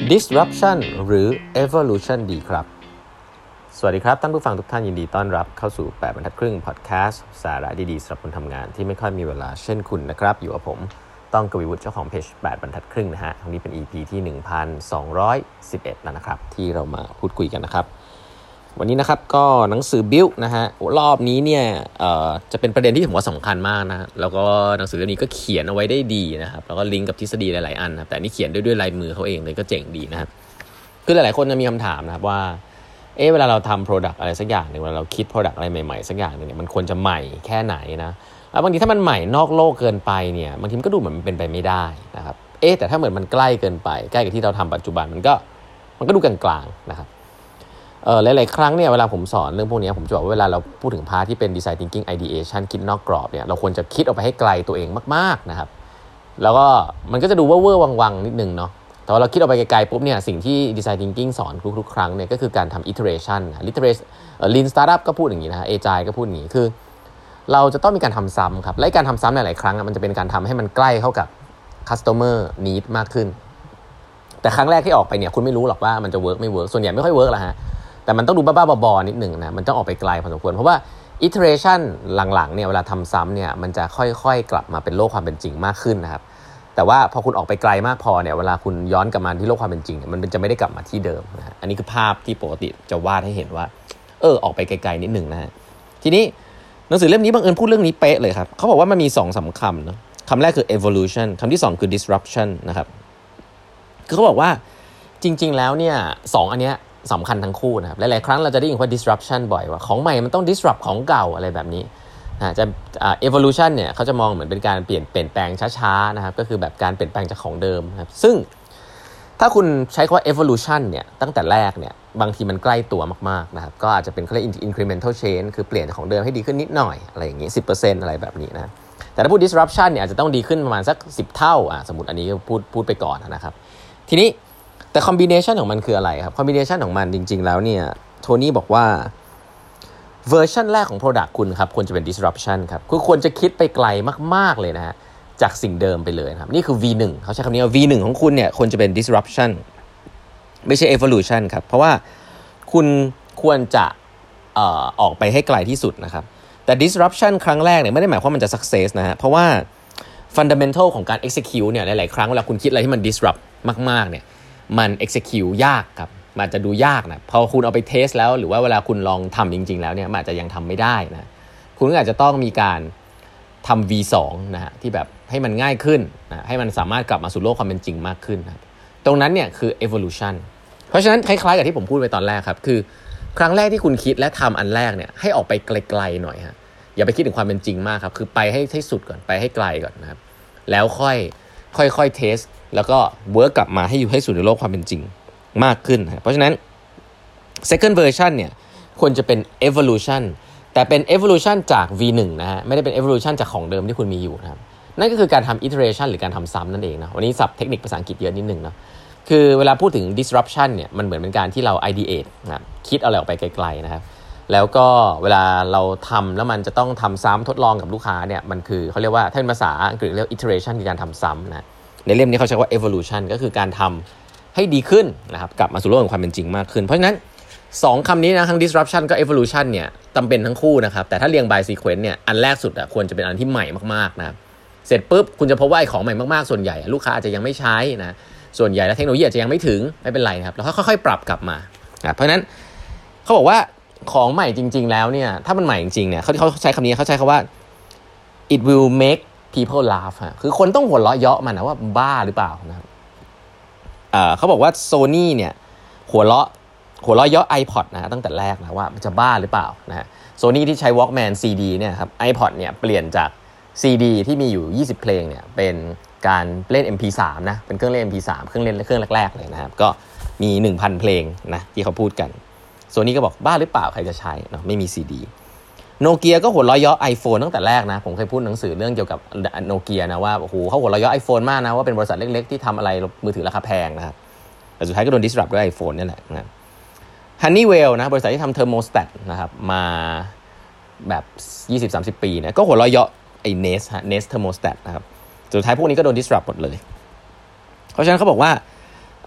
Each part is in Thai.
disruption หรือ evolution ดีครับสวัสดีครับท่านผู้ฟังทุกท่านยินดีต้อนรับเข้าสู่8บรรทัดครึ่งพอดแคสต์สาระดีๆสำหรับคนทำงานที่ไม่ค่อยมีเวลาเช่นคุณนะครับอยู่กับผมต้องกวีวุฒิเจ้าของเพจ8บรรทัดครึ่งนะฮะวันนี้เป็น EP ที่1211แล้วนะครับที่เรามาพูดคุยกันนะครับวันนี้นะครับก็หนังสือ Build นะฮะรอบนี้เนี่ยจะเป็นประเด็นที่ผมว่าสำคัญมากนะแล้วก็หนังสือเล่มนี้ก็เขียนเอาไว้ได้ดีนะครับแล้วก็ลิงก์กับทฤษฎีหลายๆอันนะแต่นี่เขียนด้วยลายมือเขาเองเลยก็เจ๋งดีนะครับคือหลายๆคนจะมีคำถามนะครับว่าเวลาเราทำ product อะไรสักอย่างนึงเวลาเราคิด product อะไรใหม่ๆสักอย่างนึงเนี่ยมันควรจะใหม่แค่ไหนนะบางทีถ้ามันใหม่นอกโลกเกินไปเนี่ยบางทีมันก็ดูเหมือนมันเป็นไปไม่ได้นะครับแต่ถ้าเหมือนมันใกล้เกินไปใกล้กับที่เราทำปัจจุบันมันก็ดูกลางๆนะครับหลายๆครั้งเนี่ยเวลาผมสอนเรื่องพวกนี้ผมจะบอกว่าเวลาเราพูดถึงพาร์ทที่เป็น design thinking ideation คิดนอกกรอบเนี่ยเราควรจะคิดออกไปให้ไกลตัวเองมากๆนะครับแล้วก็มันก็จะดูเว่อร์วังๆนิดนึงเนาะแต่ว่าเราคิดออกไปไกลๆปุ๊บเนี่ยสิ่งที่ design thinking สอนทุกๆครั้งเนี่ยก็คือการทำ iteration lean startup ก็พูดอย่างนี้นะ agile ก็พูดอย่างนี้คือเราจะต้องมีการทำซ้ำครับและการทำซ้ำหลายๆครั้งมันจะเป็นการทำให้มันใกล้เข้ากับ customer need มากขึ้นแต่ครั้งแรกที่ออกไปเนี่ยคุณไม่รู้หรอกว่ามันจะ work ไม่ work ส่วนใหญ่ไม่ค่อย work ละฮะแต่มันต้องดูบ้าๆบอๆนิดหนึ่งนะมันต้องออกไปไกลพอสมควรเพราะว่า iteration หลังๆเนี่ยเวลาทำซ้ำเนี่ยมันจะค่อยๆกลับมาเป็นโลกความเป็นจริงมากขึ้นนะครับแต่ว่าพอคุณออกไปไกลมากพอเนี่ยเวลาคุณย้อนกลับมาที่โลกความเป็นจริงเนี่ยมันจะไม่ได้กลับมาที่เดิมนะฮะอันนี้คือภาพที่ปกติจะวาดให้เห็นว่าออกไปไกลๆนิดหนึ่งนะฮะทีนี้หนังสือเล่มนี้บังเอิญพูดเรื่องนี้เป๊ะเลยครับเขาบอกว่ามันมี2-3 คำนะคำแรกคือ evolution คำที่2คือ disruption นะครับคือเขาบอกว่าจริงๆแล้วเนี่ย2อันเนี้ยสำคัญทั้งคู่นะครับหลายๆครั้งเราจะได้ยินว่า disruption บ่อยว่าของใหม่มันต้อง disrupt ของเก่าอะไรแบบนี้จะevolution เนี่ยเขาจะมองเหมือนเป็นการเปลี่ยนแปลงช้าๆนะครับก็คือแบบการเปลี่ยนแปลงจากของเดิมนะครับซึ่งถ้าคุณใช้คำว่า evolution เนี่ยตั้งแต่แรกเนี่ยบางทีมันใกล้ตัวมากๆนะครับก็อาจจะเป็นเขาเรียก incremental change คือเปลี่ยนจากของเดิมให้ดีขึ้นนิดหน่อยอะไรอย่างงี้ 10% อะไรแบบนี้นะแต่ถ้าพูด disruption เนี่ยอาจจะต้องดีขึ้นประมาณสัก10เท่าสมมุติอันนี้ก็พูดไปก่อนนะครับทีนี้แต่ combination ของมันคืออะไรครับ combination ของมันจริงๆแล้วเนี่ยโทนี่บอกว่าเวอร์ชันแรกของ product คุณครับควรจะเป็น disruption ครับคือควรจะคิดไปไกลมากๆเลยนะฮะจากสิ่งเดิมไปเลยครับนี่คือ V1 เขาใช้คำนี้ว่า V1 ของคุณเนี่ยควรจะเป็น disruption ไม่ใช่ evolution ครับเพราะว่าคุณควรจะออกไปให้ไกลที่สุดนะครับแต่ disruption ครั้งแรกเนี่ยไม่ได้หมายความว่ามันจะ success นะฮะเพราะว่า fundamental ของการ execute เนี่ยหลายๆครั้งเวลาคุณคิดอะไรที่มัน disrupt มากๆเนี่ยมัน execute ยากครับมันจะดูยากนะพอคุณเอาไปเทสแล้วหรือว่าเวลาคุณลองทำจริงๆแล้วเนี่ยมันอาจจะยังทำไม่ได้นะคุณก็อาจจะต้องมีการทำ V2 นะฮะที่แบบให้มันง่ายขึ้นนะให้มันสามารถกลับมาสู่โลกความเป็นจริงมากขึ้นนะตรงนั้นเนี่ยคือ evolution เพราะฉะนั้นคล้ายๆกับที่ผมพูดไปตอนแรกครับคือครั้งแรกที่คุณคิดและทำอันแรกเนี่ยให้ออกไปไกลๆหน่อยฮะอย่าไปคิดถึงความเป็นจริงมากครับคือไปให้สุดก่อนไปให้ไกลก่อนนะครับแล้วค่อยเทสแล้วก็เวิร์กกลับมาให้อยู่ให้สู่ในโลกความเป็นจริงมากขึ้นนะเพราะฉะนั้น second version เนี่ยควรจะเป็น evolution แต่เป็น evolution จาก V1 นะฮะไม่ได้เป็น evolution จากของเดิมที่คุณมีอยู่นะครับนั่นก็คือการทำ iteration หรือการทำซ้ำนั่นเองนะวันนี้ศัพท์เทคนิคภาษาอังกฤษเยอะนิดนึงนะคือเวลาพูดถึง disruption เนี่ยมันเหมือนเป็นการที่เรา ideate นะคิดอะไรออกไปไกลๆนะครับแล้วก็เวลาเราทำแล้วมันจะต้องทำซ้ำทดลองกับลูกค้าเนี่ยมันคือเขาเรียกว่าถ้าเป็นภาษาอังกฤษเรียก iteration คือการทำซ้ำนะในเล่มนี้เขาใช้ว่า evolution ก็คือการทำให้ดีขึ้นนะครับกลับมาสู่โลกของความเป็นจริงมากขึ้นเพราะฉะนั้น2คำนี้นะทั้ง disruption ก็ evolution เนี่ยจำเป็นทั้งคู่นะครับแต่ถ้าเรียง by sequence เนี่ยอันแรกสุดควรจะเป็นอันที่ใหม่มากๆนะครับเสร็จปุ๊บคุณจะพบว่าไอ้ของใหม่มากๆส่วนใหญ่ลูกค้าอาจจะยังไม่ใช้นะส่วนใหญ่แล้วเทคโนโลยีอาจจะยังไม่ถึงไม่เป็นไรนะครับแล้วค่อยๆปรับกลับมาเพราะฉะนั้นเขาบอกว่าของใหม่จริงๆแล้วเนี่ยถ้ามันใหม่จริงๆเนี่ยเขาใช้คำนี้เขาใช้คำว่า it will make people laugh คือคนต้องหัวเราะเยาะมันนะว่าบ้าหรือเปล่านะครับเขาบอกว่า Sony เนี่ยหัวเราะเยาะ iPod นะตั้งแต่แรกนะว่ามันจะบ้าหรือเปล่านะฮะ Sony ที่ใช้ Walkman CD เนี่ยครับ iPod เนี่ยเปลี่ยนจาก CD ที่มีอยู่20เพลงเนี่ยเป็นการเล่น MP3 นะเป็นเครื่องเล่น MP3 เครื่องแรกๆเลยนะครับก็มี 1,000 เพลงนะที่เขาพูดกัน Sony ก็บอกบ้าหรือเปล่าใครจะใช้เนาะไม่มี CD โนเกียก็หัวเราะเยาะ iPhone ตั้งแต่แรกนะผมเคยพูดหนังสือเรื่องเกี่ยวกับโนเกียนะว่าโอ้โหเขาหัวเราะเยาะ iPhone มากนะว่าเป็นบริษัทเล็กๆที่ทำอะไรมือถือราคาแพงนะครับแต่สุดท้ายก็โดน disrupt ด้วย iPhone นี่แหละนะ Honeywell นะบริษัทที่ทำเทอร์โมสแตทนะครับมาแบบ 20-30 ปีนะก็หัวเราะเยาะไอ้ Nest thermostat นะครับสุดท้ายพวกนี้ก็โดน disrupt หมดเลยเพราะฉะนั้นเขาบอกว่า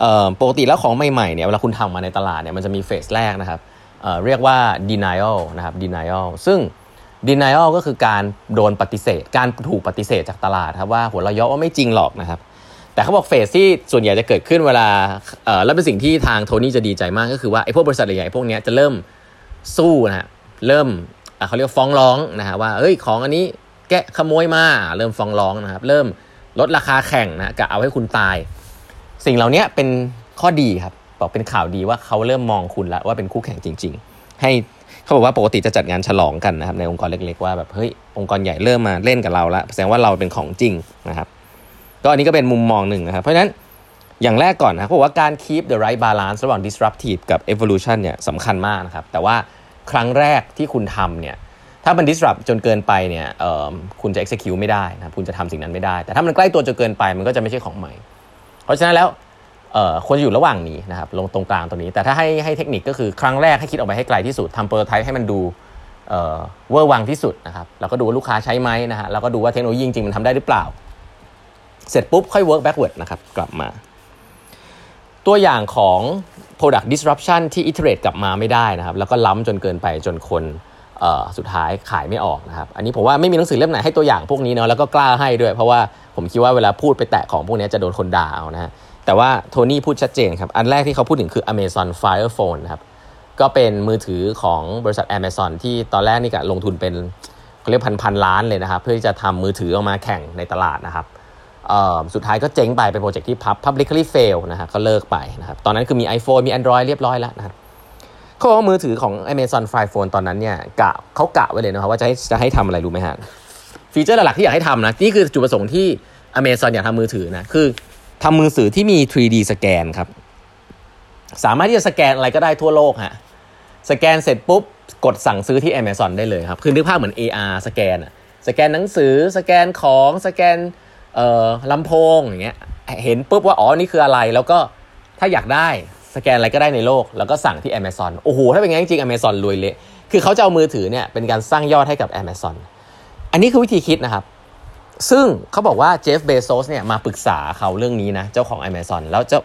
ปกติแล้วของใหม่ๆเนี่ยเวลาคุณทำมาในตลาดเนี่ยมันจะมีเฟสแรกนะครับเรียกว่า denial นะครับ denial ซึ่ง denial ก็คือการโดนปฏิเสธการถูกปฏิเสธจากตลาดครับว่าหัวเราะเยาะว่าไม่จริงหรอกนะครับแต่เขาบอกเฟสที่ส่วนใหญ่จะเกิดขึ้นเวลาแล้วเป็นสิ่งที่ทางโทนี่จะดีใจมากก็คือว่าไอ้พวกบริษัทใหญ่ๆพวกนี้จะเริ่มสู้นะฮะเริ่มเขาเรียกฟ้องร้องนะฮะว่าเอ้ยของอันนี้แกะขโมยมาเริ่มฟ้องร้องนะครับเริ่มลดราคาแข่งนะกะเอาให้คุณตายสิ่งเหล่านี้เป็นข้อดีครับบอกเป็นข่าวดีว่าเขาเริ่มมองคุณแล้วว่าเป็นคู่แข่งจริงๆให้เขาบอกว่าปกติจะจัดงานฉลองกันนะครับในองค์กรเล็กๆว่าแบบเฮ้ยองค์กรใหญ่เริ่มมาเล่นกับเราแล้วแสดงว่าเราเป็นของจริงนะครับก็อันนี้ก็เป็นมุมมองหนึ่งนะครับเพราะฉะนั้นอย่างแรกก่อนนะเขาบอกว่าการ keep the right balance ระหว่าง disruptive กับ evolution เนี่ยสำคัญมากนะครับแต่ว่าครั้งแรกที่คุณทำเนี่ยถ้ามัน disrupt จนเกินไปเนี่ยคุณจะ execute ไม่ได้นะคุณจะทำสิ่งนั้นไม่ได้แต่ถ้ามันใกล้ตัวจนเกินไปมันก็จะไม่ใช่ของใหม่เพราะฉะนั้นแล้วควรจะอยู่ระหว่างนี้นะครับลงตรงกลางตัวนี้แต่ถ้าให้เทคนิคก็คือครั้งแรกให้คิดออกไปให้ไกลที่สุดทำโปรโตไทป์ให้มันดูเวอร์วังที่สุดนะครับแล้วก็ดูว่าลูกค้าใช้ไหมนะฮะแล้วก็ดูว่าเทคโนโลยีจริงๆมันทำได้หรือเปล่าเสร็จปุ๊บค่อย work backward นะครับกลับมาตัวอย่างของ product disruption ที่ iterate กลับมาไม่ได้นะครับแล้วก็ล้ำจนเกินไปจนคนสุดท้ายขายไม่ออกนะครับอันนี้ผมว่าไม่มีหนังสือเล่มไหนให้ตัวอย่างพวกนี้เนาะแล้วก็กล้าให้ด้วยเพราะว่าผมคิดว่าเวลาพูดไปแตะของพวกนี้จะโดนคนด่าเอานะฮะแต่ว่าโทนี่พูดชัดเจนครับอันแรกที่เขาพูดถึงคือ Amazon Fire Phone นะครับก็เป็นมือถือของบริษัท Amazon ที่ตอนแรกนี่ก็ลงทุนเป็นเขาเรียกพันล้านเลยนะครับเพื่อที่จะทำมือถือออกมาแข่งในตลาดนะครับสุดท้ายก็เจ๊งไปเป็นโปรเจกต์ที่ publicly fail นะฮะก็เลิกไปนะครับตอนนั้นคือมี iPhone มี Android เรียบร้อยแล้วนะครับเขาบอกว่ามือถือของ Amazon Fire Phone ตอนนั้นเนี่ยเขากะไว้เลยนะครับว่าจะให้ทำอะไรรู้ไหมฮะฟีเจอร์หลักๆที่อยากให้ทำนะนี่คือจุดประสงค์ที่ Amazon อยากทำมือถือนะคือทำมือถือที่มี 3D สแกนครับสามารถที่จะสแกนอะไรก็ได้ทั่วโลกฮะสแกนเสร็จปุ๊บกดสั่งซื้อที่ Amazon ได้เลยครับคือนึกภาพเหมือน AR สแกนสแกนหนังสือสแกนของสแกนลำโพงอย่างเงี้ยเห็นปุ๊บว่าอ๋อนี่คืออะไรแล้วก็ถ้าอยากได้สแกนอะไรก็ได้ในโลกแล้วก็สั่งที่ Amazon โอ้โหถ้าเป็นงั้นจริงๆ Amazon รวยเละคือเขาจะเอามือถือเนี่ยเป็นการสร้างยอดให้กับ Amazon อันนี้คือวิธีคิดนะครับซึ่งเขาบอกว่าเจฟเบโซสเนี่ยมาปรึกษาเขาเรื่องนี้นะเจ้าของ Amazon แล้วเจ้า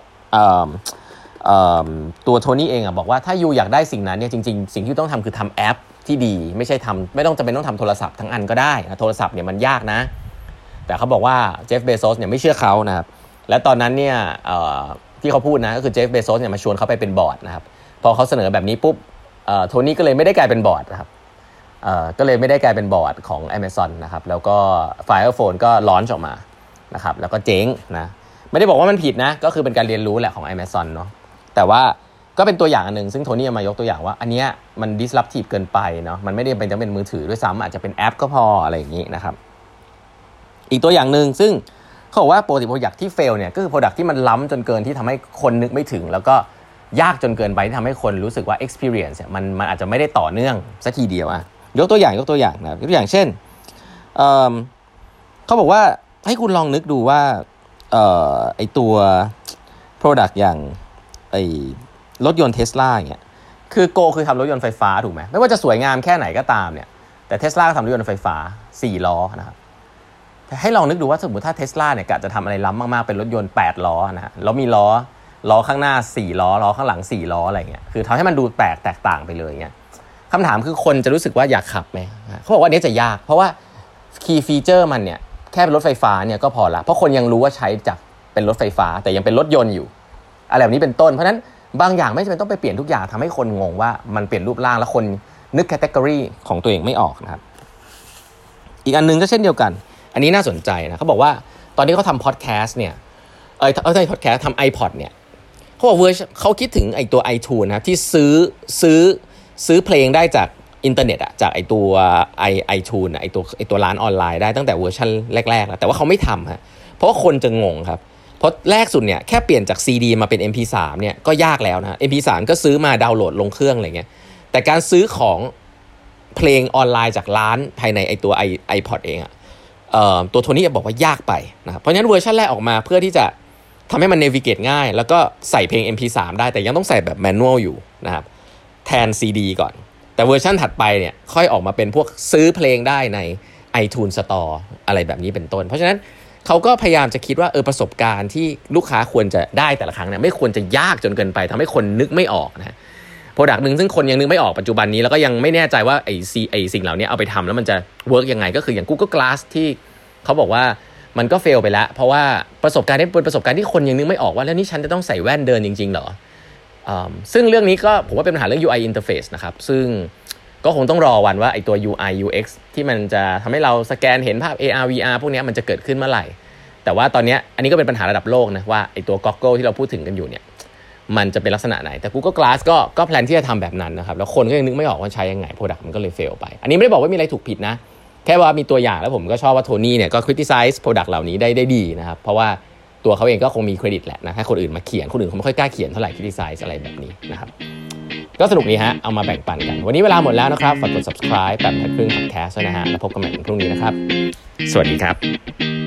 ตัวโทนี่เองบอกว่าถ้ายูอยากได้สิ่งนั้นเนี่ยจริงๆสิ่งที่ต้องทำคือทำแอปที่ดีไม่ใช่ไม่ต้องจำเป็นต้องทำโทรศัพท์ทั้งอันก็ได้นะโทรศัพท์เนี่ยมันยากนะแต่เขาบอกว่าเจฟเบโซสเนี่ยไม่เชื่อเขานะครับและตอนนั้นเนี่ยที่เขาพูดนะก็คือเจฟเบโซสเนี่ยมาชวนเขาไปเป็นบอร์ดนะครับพอเขาเสนอแบบนี้ปุ๊บโทนี่ก็เลยไม่ได้กลายเป็นบอร์ดนะครับก็เลยไม่ได้กลายเป็นบอร์ดของ Amazon นะครับแล้วก็ Fire Phone ก็ลอนช์ออกมานะครับแล้วก็เจ๊งนะไม่ได้บอกว่ามันผิดนะก็คือเป็นการเรียนรู้แหละของ Amazon เนาะแต่ว่าก็เป็นตัวอย่างอันนึงซึ่งโทนี่มายกตัวอย่างว่าอันเนี้ยมัน disruptive เกินไปเนาะมันไม่ได้เป็นจะเป็นมือถือด้วยซ้ำอาจจะเป็นแอปก็พออะไรอย่างนี้นะครับอีกตัวอย่างนึงซึ่งเขาบอกว่าปกติ product ที่ fail เนี่ยก็คือ product ที่มันล้ำจนเกินที่ทำให้คนนึกไม่ถึงแล้วก็ยากจนเกินไปที่ทำให้คนรู้สึกว่า experience เนี่ยมันอาจจะไม่ได้ต่อเนื่องสักทีเดียวอะยกตัวอย่างนะยกตัวอย่างเช่นเขาบอกว่าให้คุณลองนึกดูว่าไอตัว product อย่างไอรถยนต์ Tesla อย่างเงี้ยคือโกคือทำรถยนต์ไฟฟ้าถูกไหมไม่ว่าจะสวยงามแค่ไหนก็ตามเนี่ยแต่ Tesla ก็ทำรถยนต์ไฟฟ้า4ล้อนะครับแต่ให้ลองนึกดูว่าสมมติถ้า Tesla เนี่ยกะจะทำอะไรล้ำมากๆเป็นรถยนต์8ล้อนะฮะแล้วมีล้อข้างหน้า4ล้อข้างหลัง4ล้ออะไรเงี้ยคือทำให้มันดูแตกต่างไปเลยเงี้ยคำถามคือคนจะรู้สึกว่าอยากขับไหมเขาบอกว่าอันนี้จะยากเพราะว่า key feature มันเนี่ยแค่เป็นรถไฟฟ้าเนี่ยก็พอละเพราะคนยังรู้ว่าใช้จากเป็นรถไฟฟ้าแต่ยังเป็นรถยนต์อยู่อะไรแบบนี้เป็นต้นเพราะฉะนั้นบางอย่างไม่จำเป็นต้องไปเปลี่ยนทุกอย่างทำให้คนงงว่ามันเปลี่ยนรูปร่างแล้วคนนึกแคตตากรีของตัวเองไม่ออกนะครับอีกอันนึงก็เช่นเดียวกันอันนี้น่าสนใจนะเขาบอกว่าตอนที่เขาทำพอดแคสต์เนี่ยใช่พอดแคสต์ทำ iPod เนี่ยเขาบอกเขาคิดถึงไอตัว iTunes นะครับที่ซื้อเพลงได้จากอินเทอร์เน็ตอะจากไอตัวiTunes ไอตัวร้านออนไลน์ได้ตั้งแต่เวอร์ชันแรกๆแล้วแต่ว่าเขาไม่ทำฮะเพราะว่าคนจะงงครับเพราะแรกสุดเนี่ยแค่เปลี่ยนจาก CD มาเป็น MP3 เนี่ยก็ยากแล้วนะ MP3 ก็ซื้อมาดาวน์โหลดลงเครื่องอะไรเงี้ยแต่การซื้อของเพลงออนไลน์จากร้านภายในไอตัว iPod เองอะตัวโทนี่บอกว่ายากไปนะครับเพราะฉะนั้นเวอร์ชันแรกออกมาเพื่อที่จะทำให้มัน navigate ง่ายแล้วก็ใส่เพลง MP3 ได้แต่ยังต้องใส่แบบ manual อยู่นะครับแทน CD ก่อนแต่เวอร์ชันถัดไปเนี่ยค่อยออกมาเป็นพวกซื้อเพลงได้ใน iTunes Store อะไรแบบนี้เป็นต้นเพราะฉะนั้นเขาก็พยายามจะคิดว่าประสบการณ์ที่ลูกค้าควรจะได้แต่ละครั้งเนี่ยไม่ควรจะยากจนเกินไปทำให้คนนึกไม่ออกนะโปรดักต์นึงซึ่งคนยังนึกไม่ออกปัจจุบันนี้แล้วก็ยังไม่แน่ใจว่าไอ้สิ่งเหล่านี้เอาไปทำแล้วมันจะเวิร์กยังไงก็คืออย่าง Google Glass ที่เขาบอกว่ามันก็เฟลไปแล้วเพราะว่าประสบการณ์นี้เป็นประสบการณ์ที่คนยังนึกไม่ออกว่าแล้วนี่ฉันจะต้องใส่แว่นเดินจริงๆเหรอซึ่งเรื่องนี้ก็ผมว่าเป็นปัญหาเรื่อง UI interface นะครับซึ่งก็คงต้องรอวันว่าไอ้ตัว UI UX ที่มันจะทำให้เราสแกนเห็นภาพ AR VR พวกนี้มันจะเกิดขึ้นเมื่อไหร่แต่ว่าตอนนี้อันนี้ก็เป็นปัญหาระดับโลกนะว่าไอ้ตัว Goggle ที่เราพูดถึงกันอยู่เนี่ยมันจะเป็นลักษณะไหนแต่ Google Glass ก็แพลนที่จะทำแบบนั้นนะครับแล้วคนก็ยังนึกไม่ออกว่าใช้ยังไง product มันก็เลยเฟลไปอันนี้ไม่ได้บอกว่ามีอะไรถูกผิดนะแค่ว่ามีตัวอย่างแล้วผมก็ชอบว่าโทนี่เนี่ยก็ criticize product เหล่านี้ได้ดีนะครับเพราะว่าตัวเขาเองก็คงมีเครดิตแหละนะถ้าคนอื่นมาเขียนคนอื่นเขาไม่ค่อยกล้าเขียนเท่าไหร่ criticize อะไรแบบนี้นะครับก็สนุกดีฮะเอามาแบ่งปันกันวันนี้เวลาหมดแล้วนะครับฝากกด subscribe แบบทัดครึ่ง podcast ด้วยนะฮะแล้วพบกันใหม่พรุ่งนี้นะครับสวัสดีครับ